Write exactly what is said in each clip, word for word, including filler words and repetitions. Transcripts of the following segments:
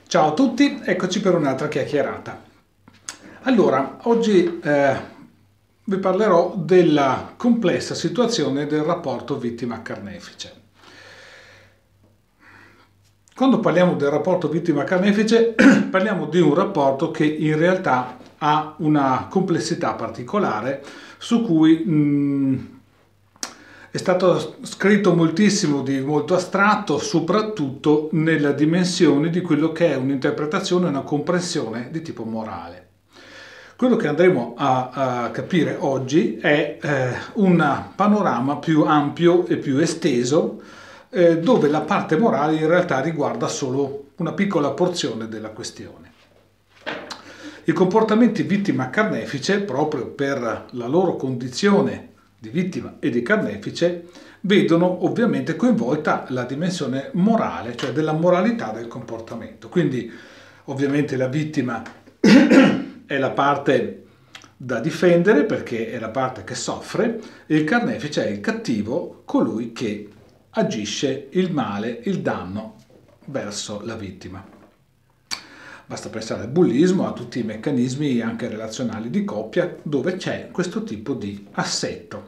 Ciao a tutti, eccoci per un'altra chiacchierata. Allora, oggi eh, vi parlerò della complessa situazione del rapporto vittima-carnefice. Quando parliamo del rapporto vittima-carnefice, parliamo di un rapporto che in realtà ha una complessità particolare su cui mh, è stato scritto moltissimo di molto astratto, soprattutto nella dimensione di quello che è un'interpretazione e una comprensione di tipo morale. Quello che andremo a, a capire oggi è eh, un panorama più ampio e più esteso, eh, dove la parte morale in realtà riguarda solo una piccola porzione della questione. I comportamenti vittima-carnefice, proprio per la loro condizione di vittima e di carnefice, vedono ovviamente coinvolta la dimensione morale, cioè della moralità del comportamento. Quindi ovviamente la vittima è la parte da difendere perché è la parte che soffre, e il carnefice è il cattivo, colui che agisce il male, il danno verso la vittima. Basta pensare al bullismo, a tutti i meccanismi anche relazionali di coppia dove c'è questo tipo di assetto.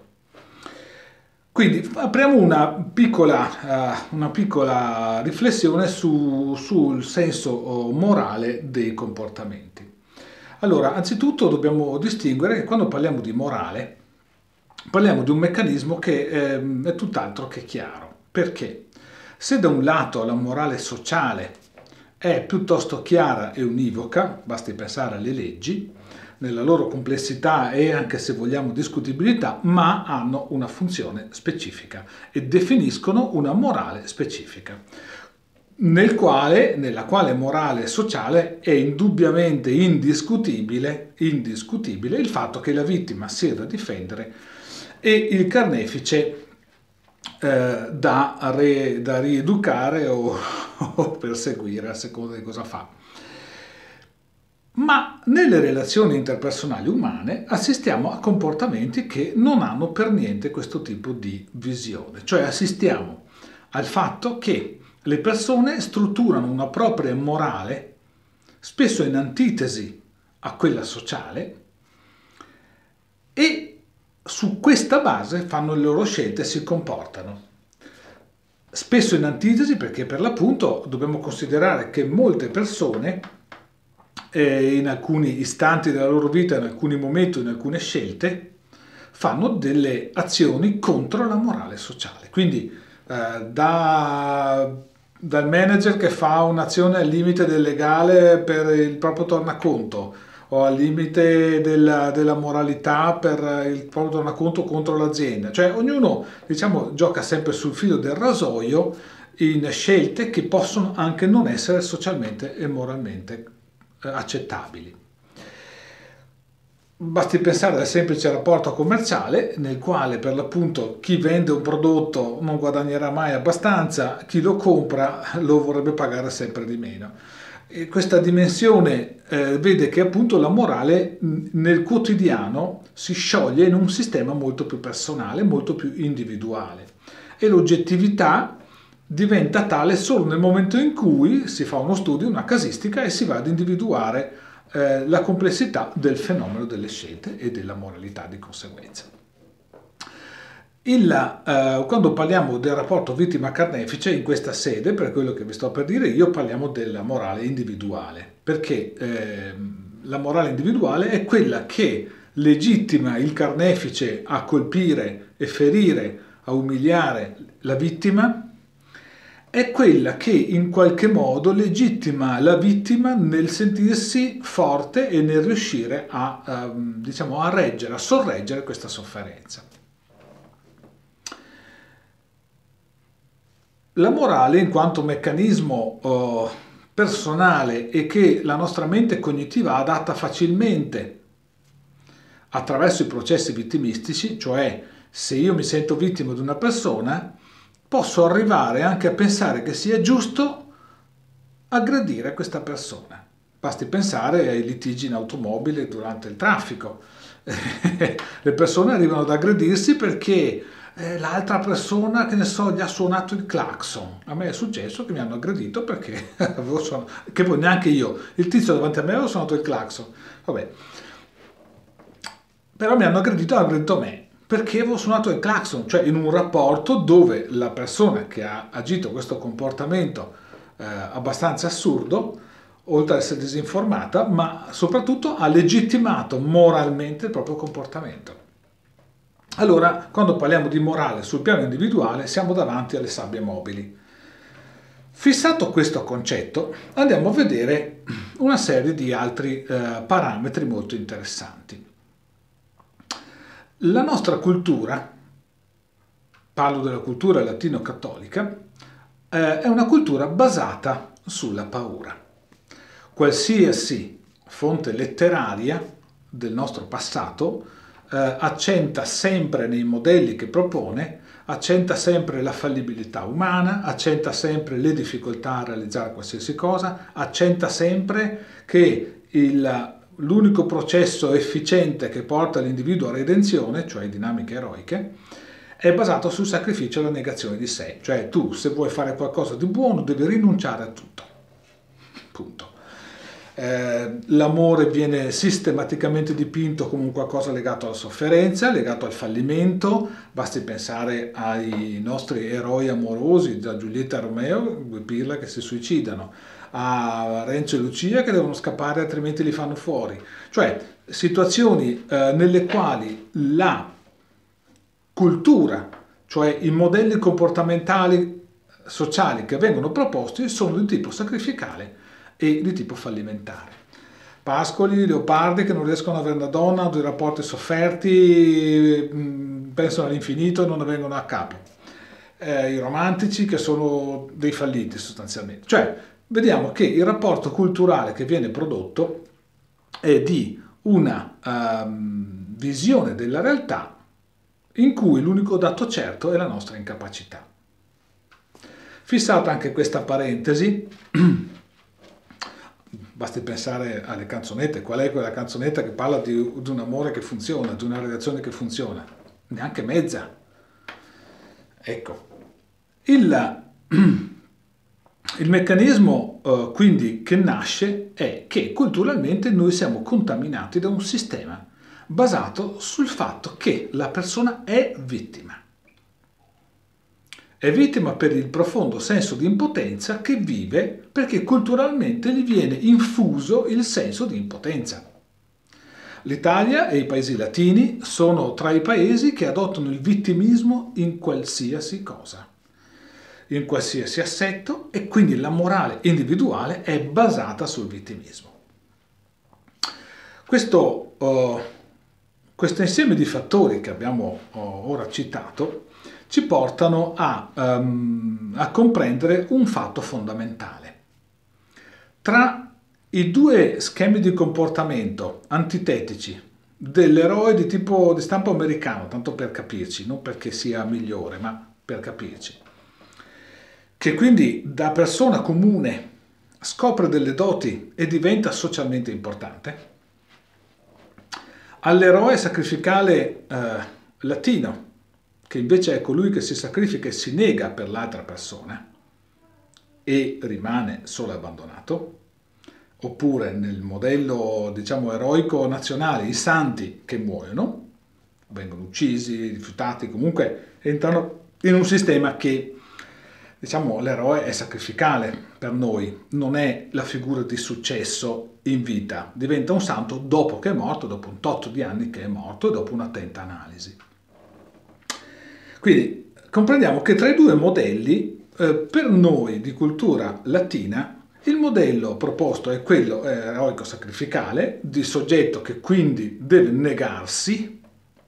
Quindi apriamo una piccola, uh, una piccola riflessione su, sul senso morale dei comportamenti. Allora, anzitutto dobbiamo distinguere che quando parliamo di morale, parliamo di un meccanismo che eh, è tutt'altro che chiaro. Perché? Se da un lato la morale sociale è piuttosto chiara e univoca, basti pensare alle leggi, nella loro complessità e anche se vogliamo discutibilità, ma hanno una funzione specifica e definiscono una morale specifica, nel quale, nella quale morale sociale è indubbiamente indiscutibile, indiscutibile il fatto che la vittima sia da difendere e il carnefice eh, da, re, da rieducare o, o perseguire a seconda di cosa fa. Ma nelle relazioni interpersonali umane assistiamo a comportamenti che non hanno per niente questo tipo di visione, cioè assistiamo al fatto che le persone strutturano una propria morale, spesso in antitesi a quella sociale, e su questa base fanno le loro scelte e si comportano. Spesso in antitesi perché per l'appunto dobbiamo considerare che molte persone eh, in alcuni istanti della loro vita, in alcuni momenti, in alcune scelte, fanno delle azioni contro la morale sociale. Quindi eh, da, dal manager che fa un'azione al limite del legale per il proprio tornaconto o al limite della, della moralità per il proprio tornaconto contro l'azienda. Cioè ognuno, diciamo, gioca sempre sul filo del rasoio in scelte che possono anche non essere socialmente e moralmente accettabili. Basti pensare al semplice rapporto commerciale nel quale per l'appunto chi vende un prodotto non guadagnerà mai abbastanza, chi lo compra lo vorrebbe pagare sempre di meno. E questa dimensione eh, vede che appunto la morale nel quotidiano si scioglie in un sistema molto più personale, molto più individuale, e l'oggettività diventa tale solo nel momento in cui si fa uno studio, una casistica e si va ad individuare eh, la complessità del fenomeno delle scelte e della moralità di conseguenza. Il, eh, quando parliamo del rapporto vittima-carnefice in questa sede, per quello che vi sto per dire io, parliamo della morale individuale, perché eh, la morale individuale è quella che legittima il carnefice a colpire e ferire, a umiliare la vittima, è quella che in qualche modo legittima la vittima nel sentirsi forte e nel riuscire a, um, diciamo, a reggere, a sorreggere questa sofferenza. La morale, in quanto meccanismo uh, personale e che la nostra mente cognitiva adatta facilmente attraverso i processi vittimistici, cioè se io mi sento vittima di una persona, posso arrivare anche a pensare che sia giusto aggredire questa persona. Basti pensare ai litigi in automobile durante il traffico. Le persone arrivano ad aggredirsi perché eh, l'altra persona, che ne so, gli ha suonato il clacson. A me è successo che mi hanno aggredito perché avevo suonato, che poi neanche io, il tizio davanti a me aveva suonato il clacson. Vabbè. Però mi hanno aggredito, hanno aggredito me, perché avevo suonato il clacson, cioè in un rapporto dove la persona che ha agito questo comportamento eh, abbastanza assurdo, oltre ad essere disinformata, ma soprattutto ha legittimato moralmente il proprio comportamento. Allora, quando parliamo di morale sul piano individuale, siamo davanti alle sabbie mobili. Fissato questo concetto, andiamo a vedere una serie di altri eh, parametri molto interessanti. La nostra cultura, parlo della cultura latino-cattolica, eh, è una cultura basata sulla paura. Qualsiasi fonte letteraria del nostro passato eh, accenta sempre nei modelli che propone, accenta sempre la fallibilità umana, accenta sempre le difficoltà a realizzare qualsiasi cosa, accenta sempre che il l'unico processo efficiente che porta l'individuo a redenzione, cioè dinamiche eroiche, è basato sul sacrificio e la negazione di sé. Cioè tu, se vuoi fare qualcosa di buono, devi rinunciare a tutto. Punto. Eh, l'amore viene sistematicamente dipinto come un qualcosa legato alla sofferenza, legato al fallimento. Basti pensare ai nostri eroi amorosi, da Giulietta e Romeo, due pirla che si suicidano, a Renzo e Lucia che devono scappare altrimenti li fanno fuori. Cioè situazioni eh, nelle quali la cultura, cioè i modelli comportamentali sociali che vengono proposti sono di tipo sacrificale e di tipo fallimentare. Pascoli, leopardi che non riescono ad avere una donna, dei rapporti sofferti, mh, pensano all'infinito e non ne vengono a capo. Eh, I romantici che sono dei falliti sostanzialmente. Cioè, vediamo che il rapporto culturale che viene prodotto è di una um, visione della realtà in cui l'unico dato certo è la nostra incapacità. Fissata anche questa parentesi, basti pensare alle canzonette. Qual è quella canzonetta che parla di, di un amore che funziona, di una relazione che funziona? Neanche mezza. Ecco, il... Il meccanismo eh, quindi che nasce è che culturalmente noi siamo contaminati da un sistema basato sul fatto che la persona è vittima. È vittima per il profondo senso di impotenza che vive perché culturalmente gli viene infuso il senso di impotenza. L'Italia e i paesi latini sono tra i paesi che adottano il vittimismo in qualsiasi cosa, in qualsiasi assetto, e quindi la morale individuale è basata sul vittimismo. Questo, uh, questo insieme di fattori che abbiamo uh, ora citato ci portano a, um, a comprendere un fatto fondamentale. Tra i due schemi di comportamento antitetici dell'eroe di tipo di stampo americano, tanto per capirci, non perché sia migliore, ma per capirci, che quindi da persona comune scopre delle doti e diventa socialmente importante, all'eroe sacrificale eh, latino, che invece è colui che si sacrifica e si nega per l'altra persona e rimane solo abbandonato, oppure nel modello, diciamo, eroico nazionale, i santi che muoiono, vengono uccisi, rifiutati, comunque entrano in un sistema che, diciamo, l'eroe è sacrificale per noi, non è la figura di successo in vita, diventa un santo dopo che è morto, dopo un tot di anni che è morto e dopo un'attenta analisi. Quindi comprendiamo che tra i due modelli, eh, per noi di cultura latina, il modello proposto è quello eroico sacrificale, di soggetto che quindi deve negarsi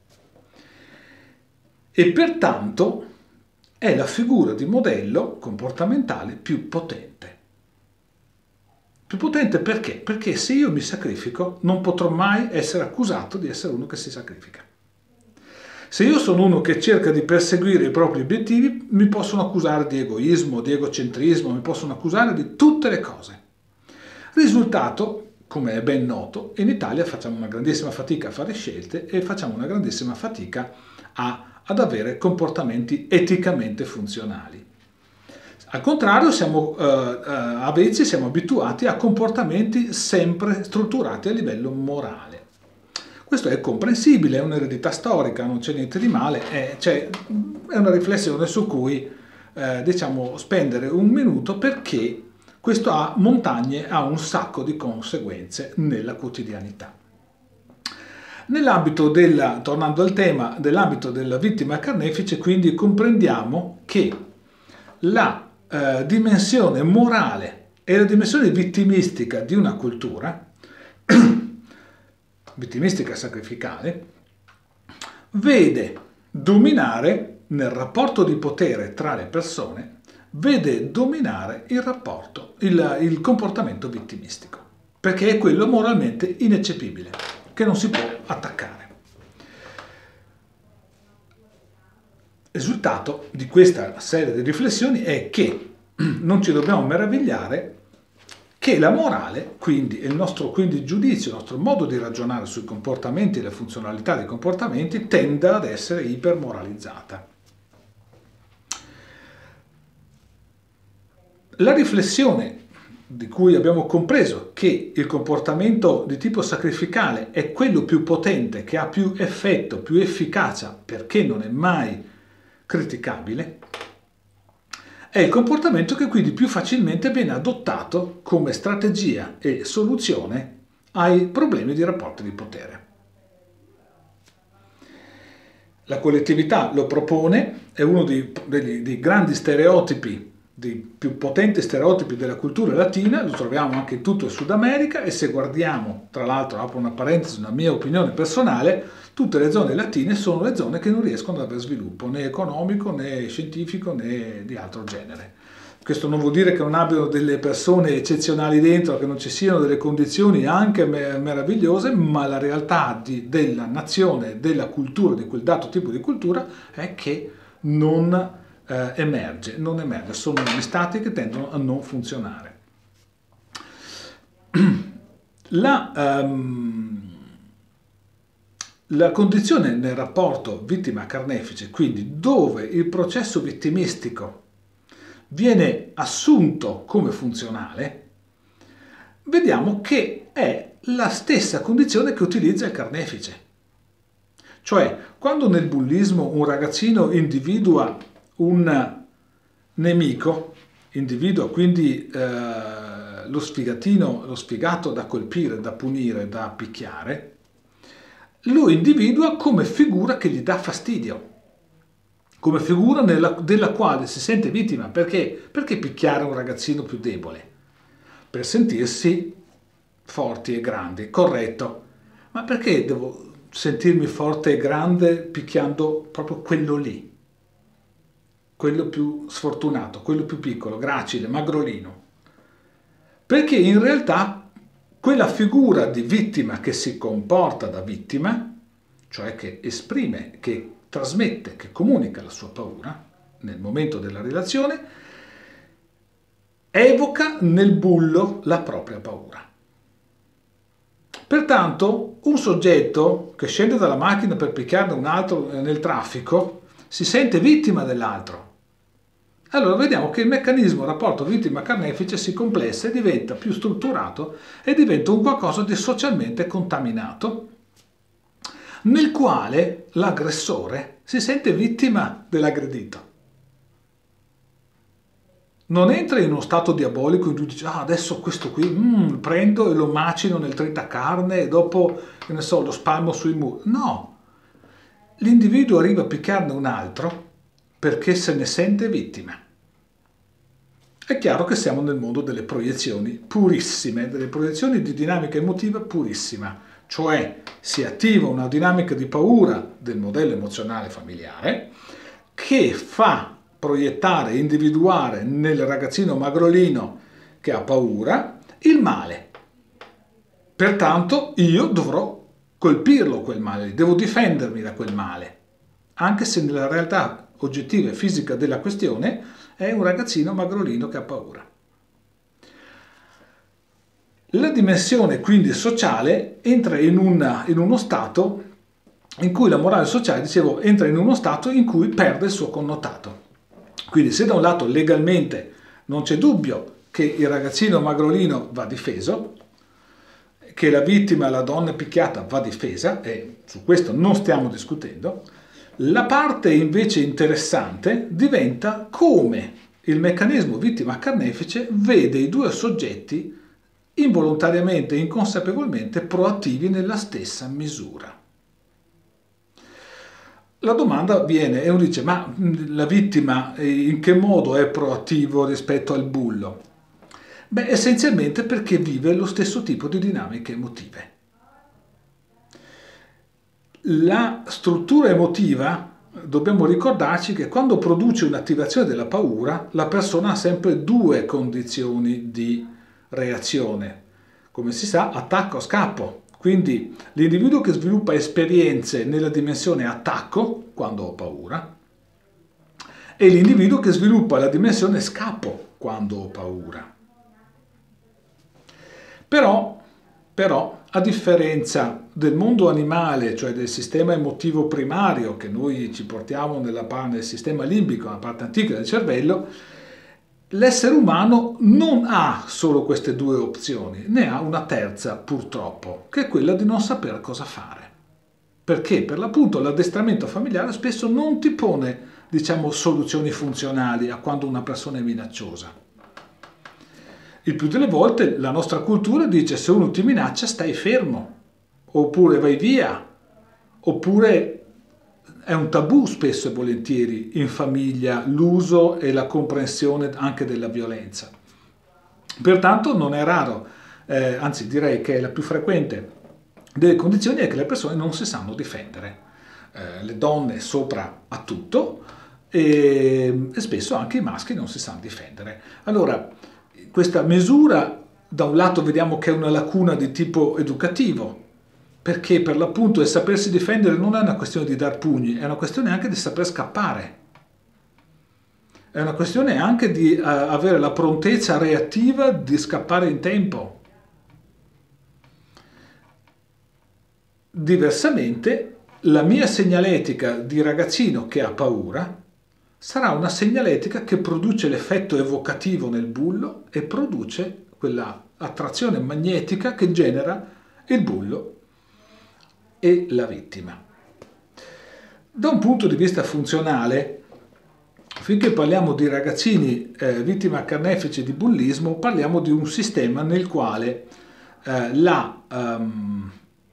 e pertanto è la figura di modello comportamentale più potente. Più potente perché? Perché se io mi sacrifico non potrò mai essere accusato di essere uno che si sacrifica. Se io sono uno che cerca di perseguire i propri obiettivi, mi possono accusare di egoismo, di egocentrismo, mi possono accusare di tutte le cose. Risultato, come è ben noto, in Italia facciamo una grandissima fatica a fare scelte e facciamo una grandissima fatica a ad avere comportamenti eticamente funzionali. Al contrario, siamo, eh, eh, invece siamo abituati a comportamenti sempre strutturati a livello morale. Questo è comprensibile, è un'eredità storica, non c'è niente di male, è, cioè, è una riflessione su cui eh, diciamo, spendere un minuto, perché questo ha montagne, ha un sacco di conseguenze nella quotidianità. Nell'ambito della, tornando al tema dell'ambito della vittima carnefice, quindi comprendiamo che la eh, dimensione morale e la dimensione vittimistica di una cultura, vittimistica sacrificale, vede dominare nel rapporto di potere tra le persone, vede dominare il rapporto, il, il comportamento vittimistico, perché è quello moralmente ineccepibile, che non si può attaccare. Il risultato di questa serie di riflessioni è che non ci dobbiamo meravigliare che la morale, quindi il nostro quindi giudizio, il nostro modo di ragionare sui comportamenti e le funzionalità dei comportamenti tenda ad essere ipermoralizzata. La riflessione di cui abbiamo compreso che il comportamento di tipo sacrificale è quello più potente, che ha più effetto, più efficacia, perché non è mai criticabile, è il comportamento che quindi più facilmente viene adottato come strategia e soluzione ai problemi di rapporti di potere. La collettività lo propone, è uno dei, dei, dei grandi stereotipi, dei più potenti stereotipi della cultura latina, lo troviamo anche in tutto il Sud America, e se guardiamo, tra l'altro apro una parentesi, una mia opinione personale, tutte le zone latine sono le zone che non riescono ad avere sviluppo né economico né scientifico né di altro genere. Questo non vuol dire che non abbiano delle persone eccezionali dentro, che non ci siano delle condizioni anche meravigliose, ma la realtà di, della nazione, della cultura, di quel dato tipo di cultura, è che non eh, emerge, non emerge, sono gli stati che tendono a non funzionare. La, um, la condizione nel rapporto vittima-carnefice, quindi dove il processo vittimistico viene assunto come funzionale, vediamo che è la stessa condizione che utilizza il carnefice. Cioè, quando nel bullismo un ragazzino individua un nemico, individua quindi eh, lo sfigatino, lo sfigato da colpire, da punire, da picchiare, lo individua come figura che gli dà fastidio, come figura nella, della quale si sente vittima. Perché? Perché picchiare un ragazzino più debole? Per sentirsi forti e grandi, corretto. Ma perché devo sentirmi forte e grande picchiando proprio quello lì? Quello più sfortunato, quello più piccolo, gracile, magrolino. Perché in realtà quella figura di vittima che si comporta da vittima, cioè che esprime, che trasmette, che comunica la sua paura nel momento della relazione, evoca nel bullo la propria paura. Pertanto un soggetto che scende dalla macchina per picchiarne un altro nel traffico si sente vittima dell'altro. Allora vediamo che il meccanismo rapporto vittima-carnefice si complessa e diventa più strutturato e diventa un qualcosa di socialmente contaminato, nel quale l'aggressore si sente vittima dell'aggredito. Non entra in uno stato diabolico in cui dice ah, adesso questo qui mm, prendo e lo macino nel tritacarne e dopo, che ne so, lo spalmo sui muri. No, l'individuo arriva a picchiarne un altro perché se ne sente vittima. È chiaro che siamo nel mondo delle proiezioni purissime, delle proiezioni di dinamica emotiva purissima, cioè si attiva una dinamica di paura del modello emozionale familiare che fa proiettare e individuare nel ragazzino magrolino che ha paura il male. Pertanto io dovrò colpirlo quel male, devo difendermi da quel male, anche se nella realtà oggettiva e fisica della questione è un ragazzino magrolino che ha paura. La dimensione quindi sociale entra in, una, in uno stato in cui la morale sociale, dicevo, entra in uno stato in cui perde il suo connotato. Quindi se da un lato legalmente non c'è dubbio che il ragazzino magrolino va difeso, che la vittima, la donna picchiata va difesa, e su questo non stiamo discutendo, la parte invece interessante diventa come il meccanismo vittima-carnefice vede i due soggetti involontariamente e inconsapevolmente proattivi nella stessa misura. La domanda viene e uno dice, ma la vittima in che modo è proattivo rispetto al bullo? Beh, essenzialmente perché vive lo stesso tipo di dinamiche emotive. La struttura emotiva, dobbiamo ricordarci che quando produce un'attivazione della paura, la persona ha sempre due condizioni di reazione. Come si sa, attacco, scappo. Quindi l'individuo che sviluppa esperienze nella dimensione attacco, quando ho paura, e l'individuo che sviluppa la dimensione scappo, quando ho paura. Però, però, a differenza del mondo animale, cioè del sistema emotivo primario che noi ci portiamo nella, nel sistema limbico, nella parte antica del cervello, l'essere umano non ha solo queste due opzioni, ne ha una terza purtroppo, che è quella di non sapere cosa fare. Perché per l'appunto l'addestramento familiare spesso non ti pone, diciamo, soluzioni funzionali a quando una persona è minacciosa. Il più delle volte la nostra cultura dice se uno ti minaccia stai fermo, oppure vai via, oppure è un tabù spesso e volentieri in famiglia l'uso e la comprensione anche della violenza. Pertanto non è raro, eh, anzi direi che è la più frequente delle condizioni è che le persone non si sanno difendere. Eh, le donne sopra a tutto e, e spesso anche i maschi non si sanno difendere. Allora, questa misura da un lato vediamo che è una lacuna di tipo educativo, perché per l'appunto il sapersi difendere non è una questione di dar pugni, è una questione anche di saper scappare. È una questione anche di uh, avere la prontezza reattiva di scappare in tempo. Diversamente, la mia segnaletica di ragazzino che ha paura sarà una segnaletica che produce l'effetto evocativo nel bullo e produce quella attrazione magnetica che genera il bullo e la vittima. Da un punto di vista funzionale, finché parliamo di ragazzini eh, vittime carnefici di bullismo, parliamo di un sistema nel quale eh, la, um,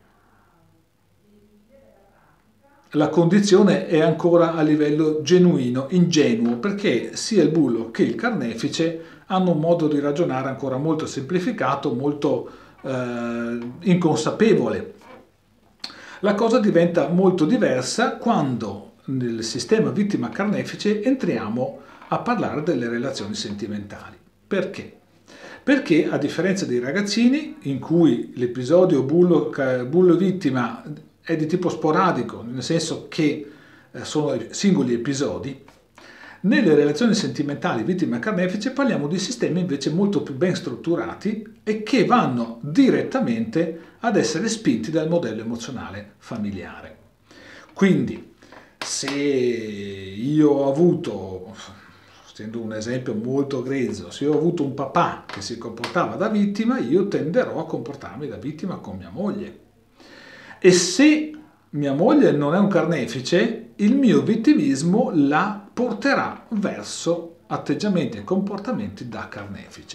la condizione è ancora a livello genuino, ingenuo, perché sia il bullo che il carnefice hanno un modo di ragionare ancora molto semplificato, molto eh, inconsapevole. La cosa diventa molto diversa quando nel sistema vittima-carnefice entriamo a parlare delle relazioni sentimentali. Perché? Perché a differenza dei ragazzini, in cui l'episodio bullo-vittima è di tipo sporadico, nel senso che sono singoli episodi, nelle relazioni sentimentali vittima-carnefice parliamo di sistemi invece molto più ben strutturati e che vanno direttamente ad essere spinti dal modello emozionale familiare. Quindi, se io ho avuto, essendo un esempio molto grezzo, se io ho avuto un papà che si comportava da vittima, io tenderò a comportarmi da vittima con mia moglie. E se mia moglie non è un carnefice, il mio vittimismo la porterà verso atteggiamenti e comportamenti da carnefice.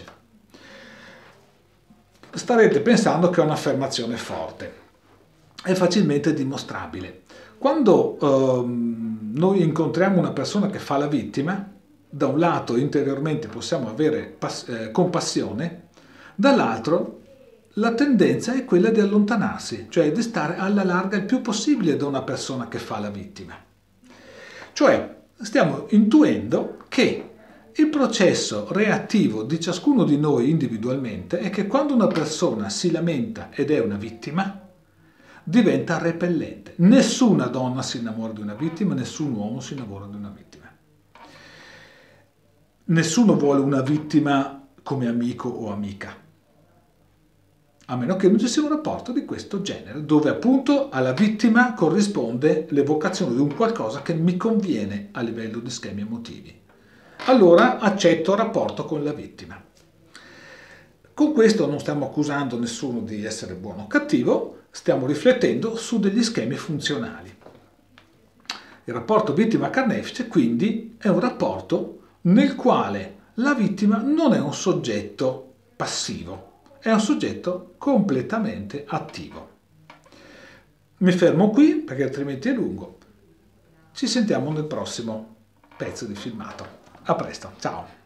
Starete pensando che è un'affermazione forte, è facilmente dimostrabile. Quando ehm, noi incontriamo una persona che fa la vittima, da un lato interiormente possiamo avere eh, compassione, dall'altro la tendenza è quella di allontanarsi, cioè di stare alla larga il più possibile da una persona che fa la vittima. Cioè stiamo intuendo che il processo reattivo di ciascuno di noi individualmente è che quando una persona si lamenta ed è una vittima, diventa repellente. Nessuna donna si innamora di una vittima, nessun uomo si innamora di una vittima. Nessuno vuole una vittima come amico o amica. a meno che non ci sia un rapporto di questo genere, dove appunto alla vittima corrisponde l'evocazione di un qualcosa che mi conviene a livello di schemi emotivi. Allora accetto il rapporto con la vittima. Con questo non stiamo accusando nessuno di essere buono o cattivo, stiamo riflettendo su degli schemi funzionali. Il rapporto vittima-carnefice quindi è un rapporto nel quale la vittima non è un soggetto passivo, è un soggetto completamente attivo. Mi fermo qui perché altrimenti è lungo. Ci sentiamo nel prossimo pezzo di filmato. A presto, ciao!